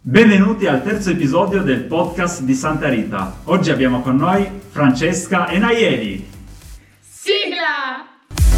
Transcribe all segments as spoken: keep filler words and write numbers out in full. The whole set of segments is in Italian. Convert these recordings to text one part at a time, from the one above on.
Benvenuti al terzo episodio del podcast di Santa Rita. Oggi abbiamo con noi Francesca e Nayeli. Sigla!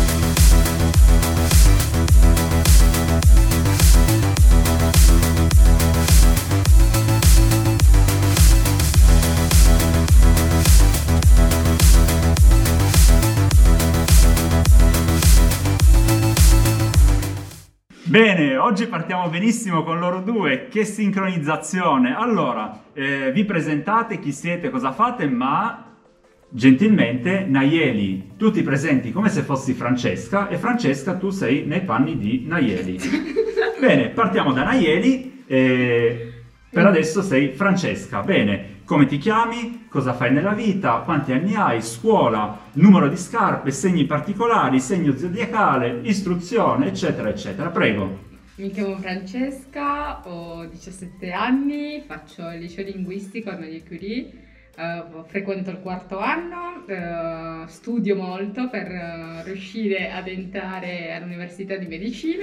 Bene, oggi partiamo benissimo con loro due, che sincronizzazione! Allora, eh, vi presentate, chi siete, cosa fate, ma gentilmente Nayeli, tu ti presenti come se fossi Francesca e Francesca tu sei nei panni di Nayeli. Bene, partiamo da Nayeli, eh, per adesso sei Francesca. Bene, come ti chiami, cosa fai nella vita, quanti anni hai, scuola, numero di scarpe, segni particolari, segno zodiacale, istruzione, eccetera, eccetera. Prego. Mi chiamo Francesca, ho diciassette anni, faccio il liceo linguistico al Marie Curie, eh, frequento il quarto anno, eh, studio molto per eh, riuscire ad entrare all'università di medicina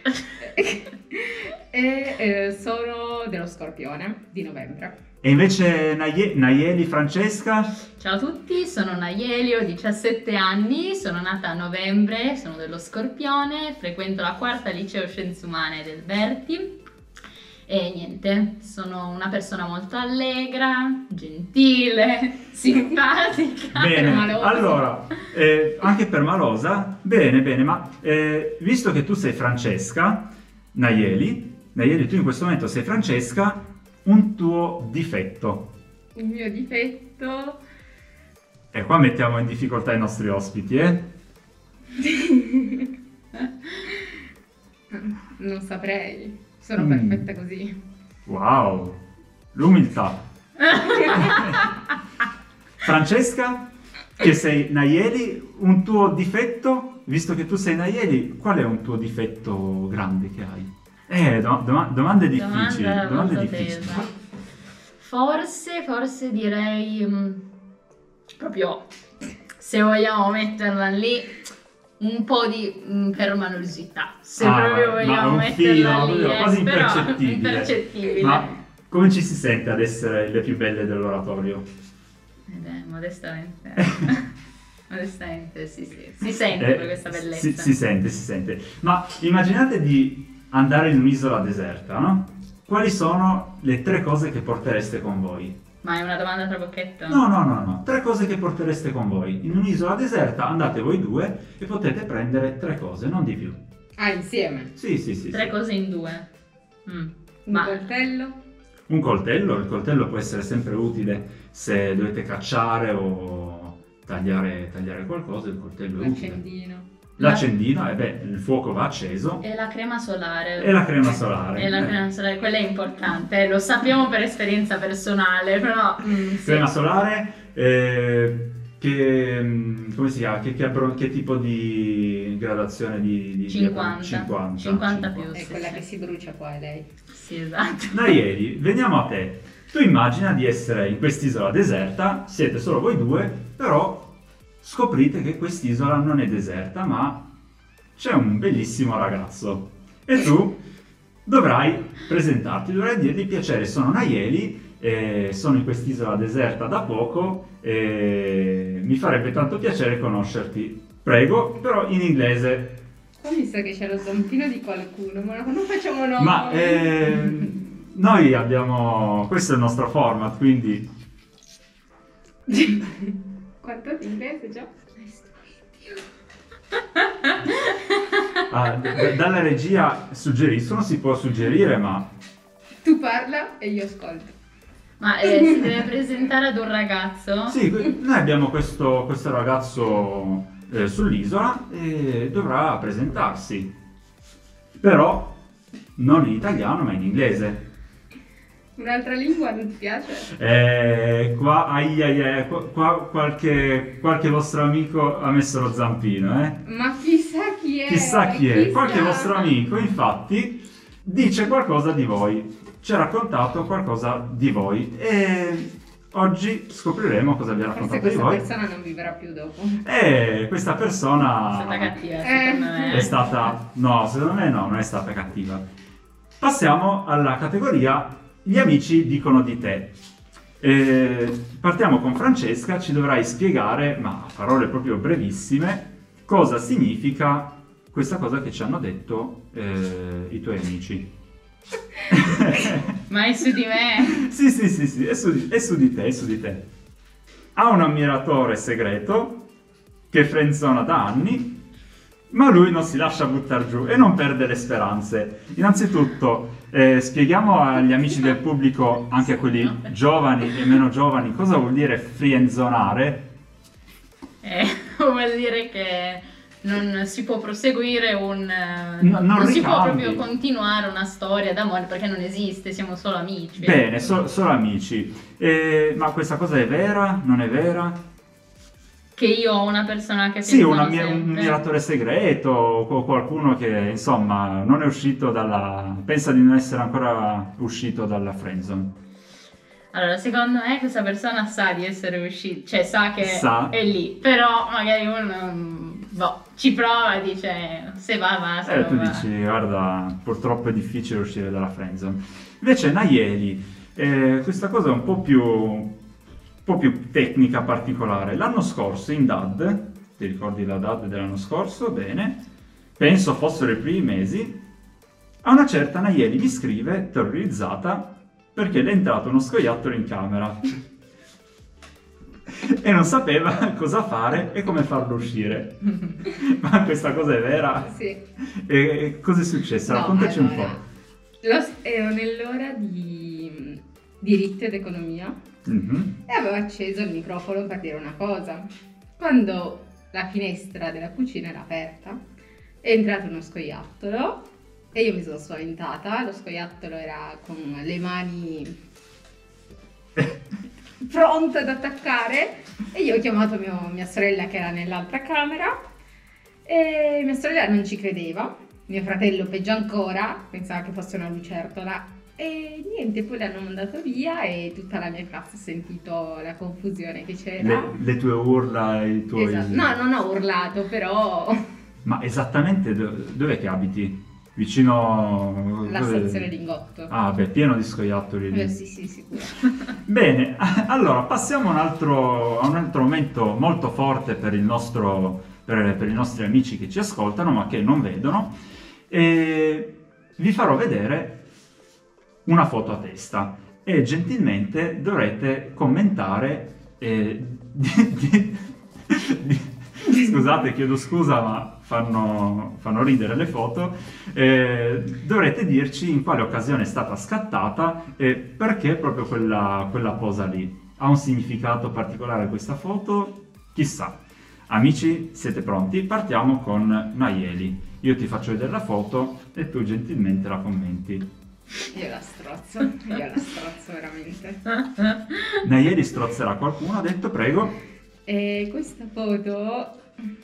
e eh, sono dello Scorpione di novembre. E invece Naye- Nayeli, Francesca? Ciao a tutti, sono Nayeli, ho diciassette anni, sono nata a novembre, sono dello Scorpione, frequento la quarta liceo Scienze Umane del Berti e niente, sono una persona molto allegra, gentile, simpatica. Bene, Permalosa. allora, eh, anche permalosa, bene, bene, ma eh, visto che tu sei Francesca, Nayeli, Nayeli, tu in questo momento sei Francesca, un tuo difetto. Il mio difetto... E qua mettiamo in difficoltà i nostri ospiti, eh? non saprei, sono Mm. perfetta così. Wow, l'umiltà. Francesca, che sei Nayeli, un tuo difetto, visto che tu sei Nayeli, qual è un tuo difetto grande che hai? Eh, do- doma- domande difficili, Domanda domande molto difficili. tesa. Forse, forse direi mm, proprio, se vogliamo metterla lì, un po' di mm, permalosità. Se Ah, proprio ma- ma vogliamo un metterla filo, lì, proprio eh, quasi però impercettibile. impercettibile. Ma come ci si sente ad essere le più belle dell'oratorio? Eh beh, modestamente. Modestamente, sì, sì. Si sente Eh, per questa bellezza. Si, si sente, si sente. Ma immaginate di andare in un'isola deserta, no? Quali sono le tre cose che portereste con voi? Ma è una domanda tra bocchetto? No, no, no, no. Tre cose che portereste con voi. In un'isola deserta andate voi due e potete prendere tre cose, non di più. Ah, insieme? Sì, sì, sì. Tre sì. cose in due. Mm. Un Ma coltello? Un coltello, il coltello può essere sempre utile se dovete cacciare o tagliare, tagliare qualcosa, il coltello è utile. L'accendino? L'accendino, e beh, il fuoco va acceso. e la crema solare. E la crema solare. E la Eh. crema solare, quella è importante, eh, lo sappiamo per esperienza personale, però mm, sì. Crema solare, eh, che, mm, come si chiama? Che, che, abbro- che tipo di gradazione di... di cinquanta. di cinquanta. cinquanta più. È Sì, quella sì. che si brucia qua, è lei. Sì, esatto. Nayeli, veniamo a te. Tu immagina di essere in quest'isola deserta, siete solo voi due, però scoprite che quest'isola non è deserta, ma c'è un bellissimo ragazzo. E tu dovrai presentarti, dovrai dirgli piacere, sono Nayeli, eh, sono in quest'isola deserta da poco e mi farebbe tanto piacere conoscerti. Prego, però in inglese. Qua mi sa che c'è lo zampino di qualcuno, ma non facciamo nomi. Ma eh, noi abbiamo... questo è il nostro format, quindi... Quanto di inglese già? Ah, d- dalla regia suggeriscono, si può suggerire, ma... Tu parla e io ascolto. Ma eh, si deve presentare ad un ragazzo? Sì, que- noi abbiamo questo, questo ragazzo eh, sull'isola e dovrà presentarsi. Però non in italiano, ma in inglese. Un'altra lingua non ti piace? Eh, qua, ai, ai, ai, qua, qua qualche, qualche vostro amico ha messo lo zampino, eh? Ma chissà chi è! Chissà chi è. Chissà. Qualche vostro amico, infatti, dice qualcosa di voi. Ci ha raccontato qualcosa di voi e oggi scopriremo cosa vi ha Forse raccontato di questa voi. persona non vivrà più dopo. E questa È persona stata cattiva, Eh. secondo me. è stata... No, secondo me no, non è stata cattiva. Passiamo alla categoria gli amici dicono di te. Eh, partiamo con Francesca, ci dovrai spiegare, ma a parole proprio brevissime, cosa significa questa cosa che ci hanno detto eh, i tuoi amici. Ma è su di me? Sì, sì, sì, sì, è su, di, è su di te, è su di te. Ha un ammiratore segreto che frenzona da anni, ma lui non si lascia buttare giù e non perde le speranze. Innanzitutto, eh, spieghiamo agli amici del pubblico, anche a quelli giovani e meno giovani, cosa vuol dire friendzonare. Eh, vuol dire che non si può proseguire un... No, non non si può ricambi. proprio continuare una storia d'amore perché non esiste, siamo solo amici. Bene, so- solo amici. Eh, ma questa cosa è vera? Non è vera? Che io ho una persona che Sì, un, friendzona ammi- un sempre. ammiratore segreto o qualcuno che insomma non è uscito dalla... pensa di non essere ancora uscito dalla friendzone. Allora, secondo me questa persona sa di essere uscita, cioè sa che Sa. è lì, però magari uno mm, boh, ci prova e dice se va va, se E non tu va. dici, guarda, purtroppo è difficile uscire dalla friendzone. Invece Nayeli, eh, questa cosa è un po' più, un po' più tecnica, particolare. L'anno scorso in D A D, ti ricordi la D A D dell'anno scorso? Bene, penso fossero i primi mesi, a una certa Nayeli mi scrive, terrorizzata, perché le è entrato uno scoiattolo in camera. E non sapeva cosa fare e come farlo uscire. Ma questa cosa è vera? Sì. E, e cosa è successo? No, Raccontaci un allora, po'. Lo, ero nell'ora di diritto ed economia Mhm. e avevo acceso il microfono per dire una cosa. Quando la finestra della cucina era aperta, è entrato uno scoiattolo e io mi sono spaventata. Lo scoiattolo era con le mani pronte ad attaccare e io ho chiamato mio- mia sorella che era nell'altra camera e mia sorella non ci credeva. Mio fratello, peggio ancora, pensava che fosse una lucertola e niente, poi l'hanno mandato via e tutta la mia classe ha sentito la confusione che c'era. Le, le tue urla, i tuoi... Esatto. No, non ho urlato, però Ma esattamente do- dov'è che abiti? Vicino... la dove- stazione Lingotto. Ah, beh, pieno di scoiattoli lì. Eh, sì, sì, sicuro. Bene, allora passiamo a un altro, a un altro momento molto forte per, il nostro, per, per i nostri amici che ci ascoltano ma che non vedono. E vi farò vedere una foto a testa e gentilmente dovrete commentare. eh, di- di- di- scusate, chiedo scusa, ma fanno, fanno ridere le foto. Eh, dovrete dirci in quale occasione è stata scattata e perché proprio quella, quella posa lì. Ha un significato particolare questa foto? Chissà. Amici, siete pronti? Partiamo con Nayeli. Io ti faccio vedere la foto e tu gentilmente la commenti. Io la strozzo, io la strozzo veramente. Nayeli strozzerà qualcuno, ha detto, prego. E questa foto...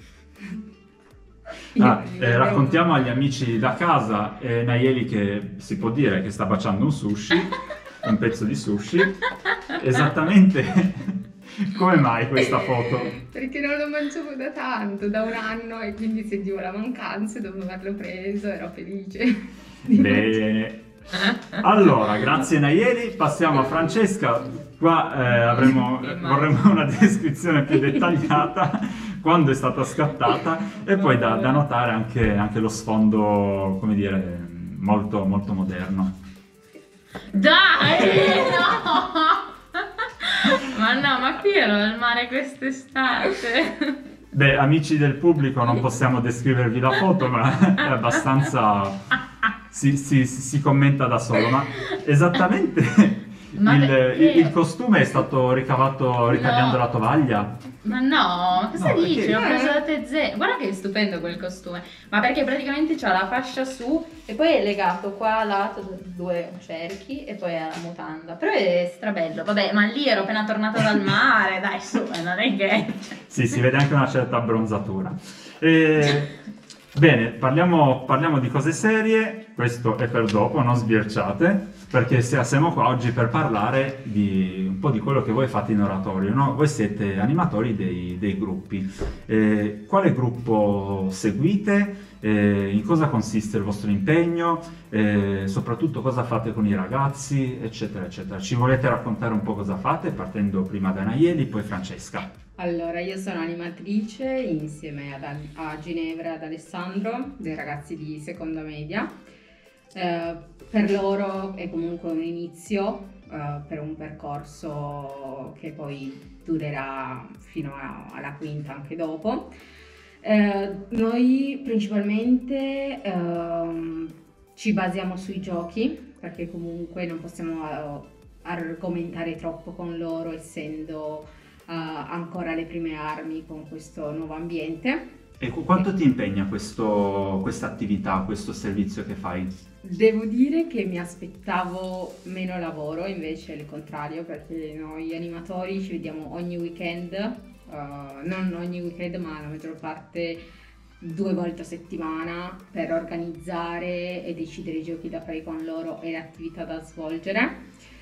Ah, Io- eh, raccontiamo agli amici da casa, eh, Nayeli che si può dire che sta baciando un sushi, un pezzo di sushi. Esattamente come mai questa foto? Perché non lo mangiavo da tanto, da un anno, e quindi sentivo la mancanza, dopo averlo preso, ero felice. di Bene. Allora, grazie Nayeli, passiamo a Francesca. Qua eh, avremo, Che vorremmo una descrizione più dettagliata, quando è stata scattata e poi da, da notare anche, anche lo sfondo, come dire, molto, molto moderno. Dai, no! Ma no, ma qui ero al mare quest'estate. Beh, amici del pubblico, non possiamo descrivervi la foto, ma è abbastanza... Si, si- si commenta da solo, ma esattamente Ma il, perché? il- il costume è stato ricavato ritagliando No. la tovaglia? Ma no, cosa No, dici? perché- Ho preso da Tezze. Guarda che è stupendo quel costume. Ma perché praticamente c'ha la fascia su e poi è legato qua a lato da due cerchi e poi ha la mutanda. Però è strabello. Vabbè, ma lì ero appena tornata dal mare, dai, su, non è che... Sì, si vede anche una certa abbronzatura. E Bene, parliamo, parliamo di cose serie, questo è per dopo, non sbirciate, perché se- siamo qua oggi per parlare di un po' di quello che voi fate in oratorio, no? Voi siete animatori dei, dei gruppi. Eh, quale gruppo seguite? Eh, in cosa consiste il vostro impegno? Eh, soprattutto cosa fate con i ragazzi, eccetera, eccetera. Ci volete raccontare un po' cosa fate, partendo prima da Naieli, poi Francesca? Allora, io sono animatrice insieme ad Al- a Ginevra e ad Alessandro, dei ragazzi di seconda media. Eh, per loro è comunque un inizio eh, per un percorso che poi durerà fino a- alla quinta, anche dopo. Eh, noi principalmente ehm, ci basiamo sui giochi, perché comunque non possiamo eh, argomentare troppo con loro, essendo eh, ancora le prime armi con questo nuovo ambiente. E qu- quanto ti impegna questo, questa attività, questo servizio che fai? Devo dire che mi aspettavo meno lavoro, invece è il contrario, perché noi animatori ci vediamo ogni weekend, eh, non ogni weekend ma la maggior parte due volte a settimana, per organizzare e decidere i giochi da fare con loro e le attività da svolgere.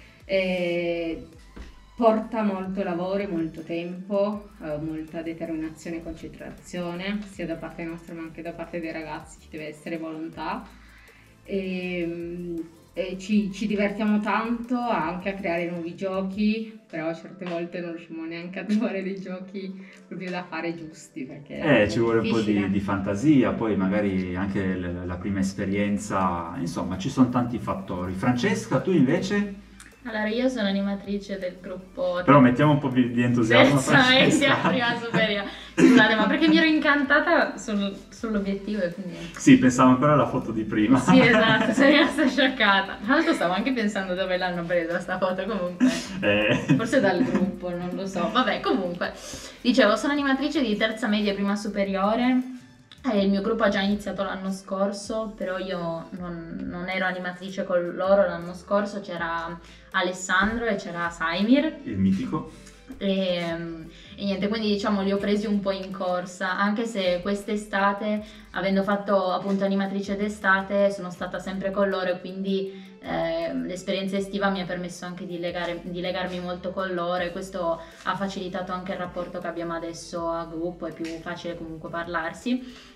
E porta molto lavoro e molto tempo, eh, molta determinazione e concentrazione, sia da parte nostra ma anche da parte dei ragazzi, ci deve essere volontà. E, e ci, ci divertiamo tanto anche a creare nuovi giochi, però certe volte non riusciamo neanche a trovare dei giochi proprio da fare giusti, perché Eh, è ci vuole un po' di, difficile. di fantasia, poi magari anche l- la prima esperienza, insomma, ci sono tanti fattori. Francesca, tu invece? Allora, io sono animatrice del gruppo Però mettiamo un po' di di entusiasmo a terza media, Francesca. prima superiore. Scusate, ma perché mi ero incantata sul- sull'obiettivo e quindi... Sì, pensavo ancora alla foto di prima. Sì, esatto, sono rimasta scioccata. Tra l'altro stavo anche pensando dove l'hanno presa sta foto, comunque. Eh, Forse dal gruppo, non lo so. Vabbè, comunque. Dicevo, sono animatrice di terza media e prima superiore. Eh, il mio gruppo ha già iniziato l'anno scorso, però io non, non ero animatrice con loro l'anno scorso. C'era Alessandro e c'era Saimir. il mitico. E, e niente, quindi diciamo li ho presi un po' in corsa, anche se quest'estate, avendo fatto appunto animatrice d'estate, sono stata sempre con loro e quindi eh, l'esperienza estiva mi ha permesso anche di, legare- di legarmi molto con loro, e questo ha facilitato anche il rapporto che abbiamo adesso a gruppo, è più facile comunque parlarsi.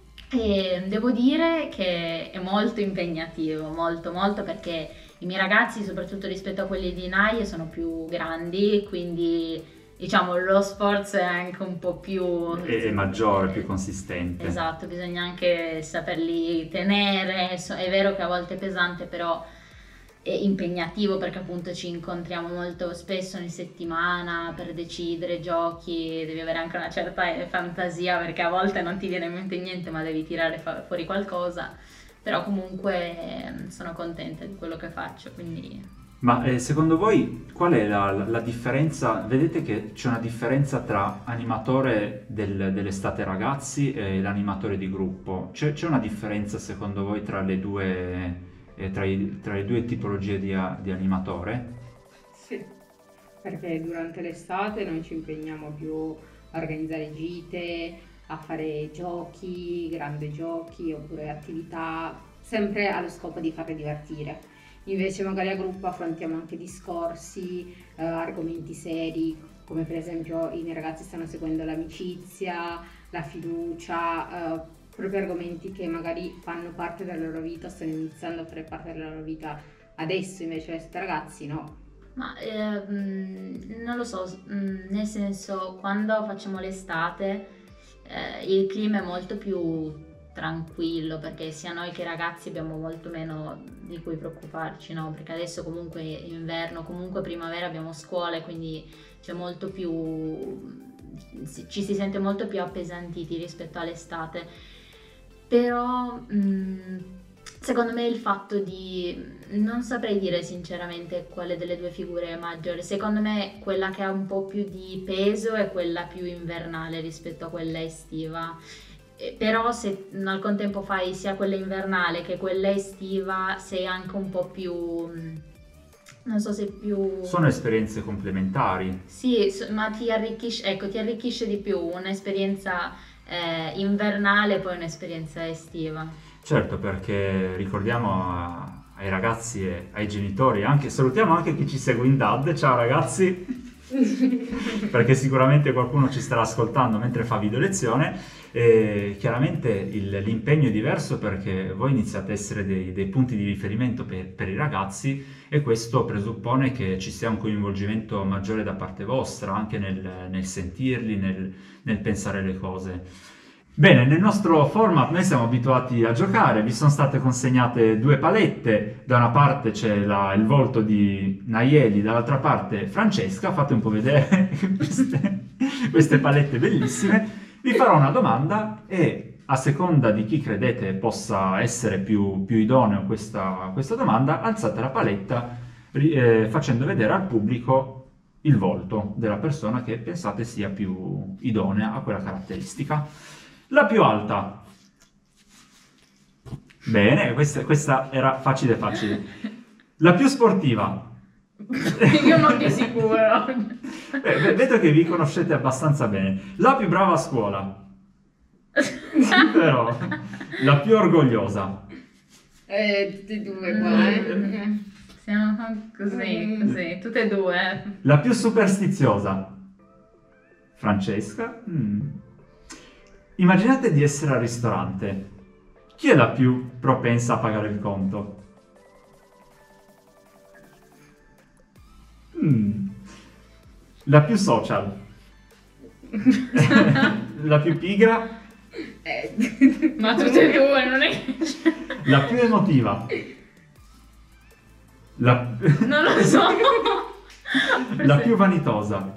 E devo dire che è molto impegnativo, molto molto, perché i miei ragazzi, soprattutto rispetto a quelli di Naie, sono più grandi, quindi diciamo lo sforzo è anche un po' più... È, è maggiore, più consistente. Esatto, bisogna anche saperli tenere, so- è vero che a volte è pesante, però è impegnativo, perché appunto ci incontriamo molto spesso in settimana per decidere giochi, devi avere anche una certa fantasia, perché a volte non ti viene in mente niente ma devi tirare fa- fuori qualcosa, però comunque ehm, sono contenta di quello che faccio, quindi... Ma eh, secondo voi qual è la, la- la differenza? Vedete che c'è una differenza tra animatore del- dell'estate ragazzi e l'animatore di gruppo. C'è, c'è una differenza secondo voi tra le due, eh, tra i- tra le due tipologie di, a- di animatore? Sì, perché durante l'estate noi ci impegniamo più a organizzare gite, a fare giochi, grandi giochi oppure attività, sempre allo scopo di farle divertire. Invece magari a gruppo affrontiamo anche discorsi, eh, argomenti seri, come per esempio i miei ragazzi stanno seguendo l'amicizia, la fiducia, eh, proprio argomenti che magari fanno parte della loro vita, stanno iniziando a fare parte della loro vita adesso, invece questi ragazzi no. Ma ehm, non lo so, s- mm, nel senso, quando facciamo l'estate eh, il clima è molto più tranquillo, perché sia noi che i ragazzi abbiamo molto meno di cui preoccuparci, no? Perché adesso comunque è inverno, comunque primavera abbiamo scuole, quindi c'è molto più, si- ci si sente molto più appesantiti rispetto all'estate. Però mm, secondo me il fatto di, non saprei dire sinceramente quale delle due figure è maggiore, secondo me quella che ha un po' più di peso è quella più invernale rispetto a quella estiva. Eh, Però se al contempo fai sia quella invernale che quella estiva, sei anche un po' più, mm, non so se più... Sono esperienze complementari. Sì, s- ma ti arricchisce, ecco, ti arricchisce di più un'esperienza eh, invernale, poi un'esperienza estiva. Certo, perché ricordiamo a- ai ragazzi e ai genitori, anche salutiamo anche chi ci segue in D A D, ciao ragazzi, perché sicuramente qualcuno ci starà ascoltando mentre fa video lezione. E chiaramente il- l'impegno è diverso perché voi iniziate a essere dei, dei punti di riferimento per, per i ragazzi, e questo presuppone che ci sia un coinvolgimento maggiore da parte vostra, anche nel, nel sentirli, nel, nel pensare le cose. Bene, nel nostro format noi siamo abituati a giocare, vi sono state consegnate due palette, da una parte c'è la- il volto di Nayeli, dall'altra parte Francesca, fate un po' vedere queste, queste palette bellissime. Vi farò una domanda e a seconda di chi credete possa essere più, più idoneo a questa, questa domanda, alzate la paletta ri- eh, facendo vedere al pubblico il volto della persona che pensate sia più idonea a quella caratteristica. La più alta. Bene, questa, questa era facile facile. La più sportiva. Io non di sicuro. Eh, vedo che vi conoscete abbastanza bene. La più brava a scuola. Però. La più orgogliosa. Eh, tutti e due qua, eh. Siamo così, così, tutte e due. La più superstiziosa. Francesca. Mm. Immaginate di essere al ristorante. Chi è la più propensa a pagare il conto? Mm. La più social. La più pigra. Eh. Ma tutte e due, non è che... La più emotiva. La, Non lo so. la più vanitosa.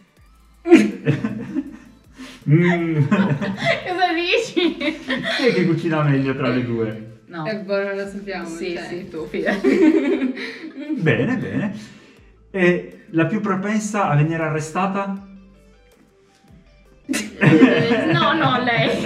Mm. Cosa dici? Chi è che cucina meglio tra le due? No. È buono, lo sappiamo. Sì, cioè. sì, tu, fidati. Bene, bene. E la più propensa a venire arrestata? No, no, lei.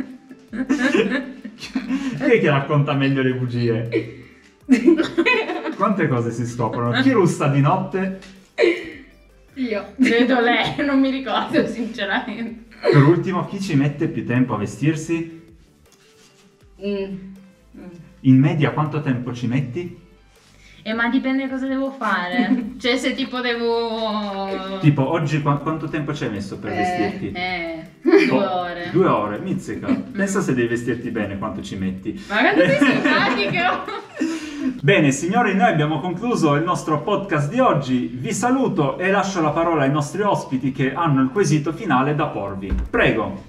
Chi è che racconta meglio le bugie? Quante cose si scoprono? Chi russa di notte? Io. Vedo lei, non mi ricordo sinceramente. Per ultimo, chi ci mette più tempo a vestirsi? Mm. In media quanto tempo ci metti? Eh, ma dipende cosa devo fare. Cioè, se tipo devo... Tipo, oggi qua- quanto tempo ci hai messo per Eh, vestirti? Eh, due Oh, ore. Due ore, mizzica. Pensa se devi vestirti bene quanto ci metti. Ma quanto sei simpatico! Bene, signori, noi abbiamo concluso il nostro podcast di oggi. Vi saluto e lascio la parola ai nostri ospiti che hanno il quesito finale da porvi. Prego.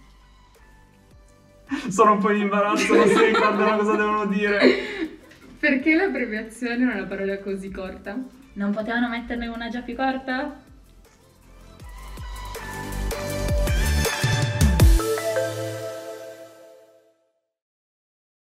Sono un po' in imbarazzo, non si ricordano cosa devono dire. Perché l'abbreviazione è una parola così corta? Non potevano metterne una già più corta?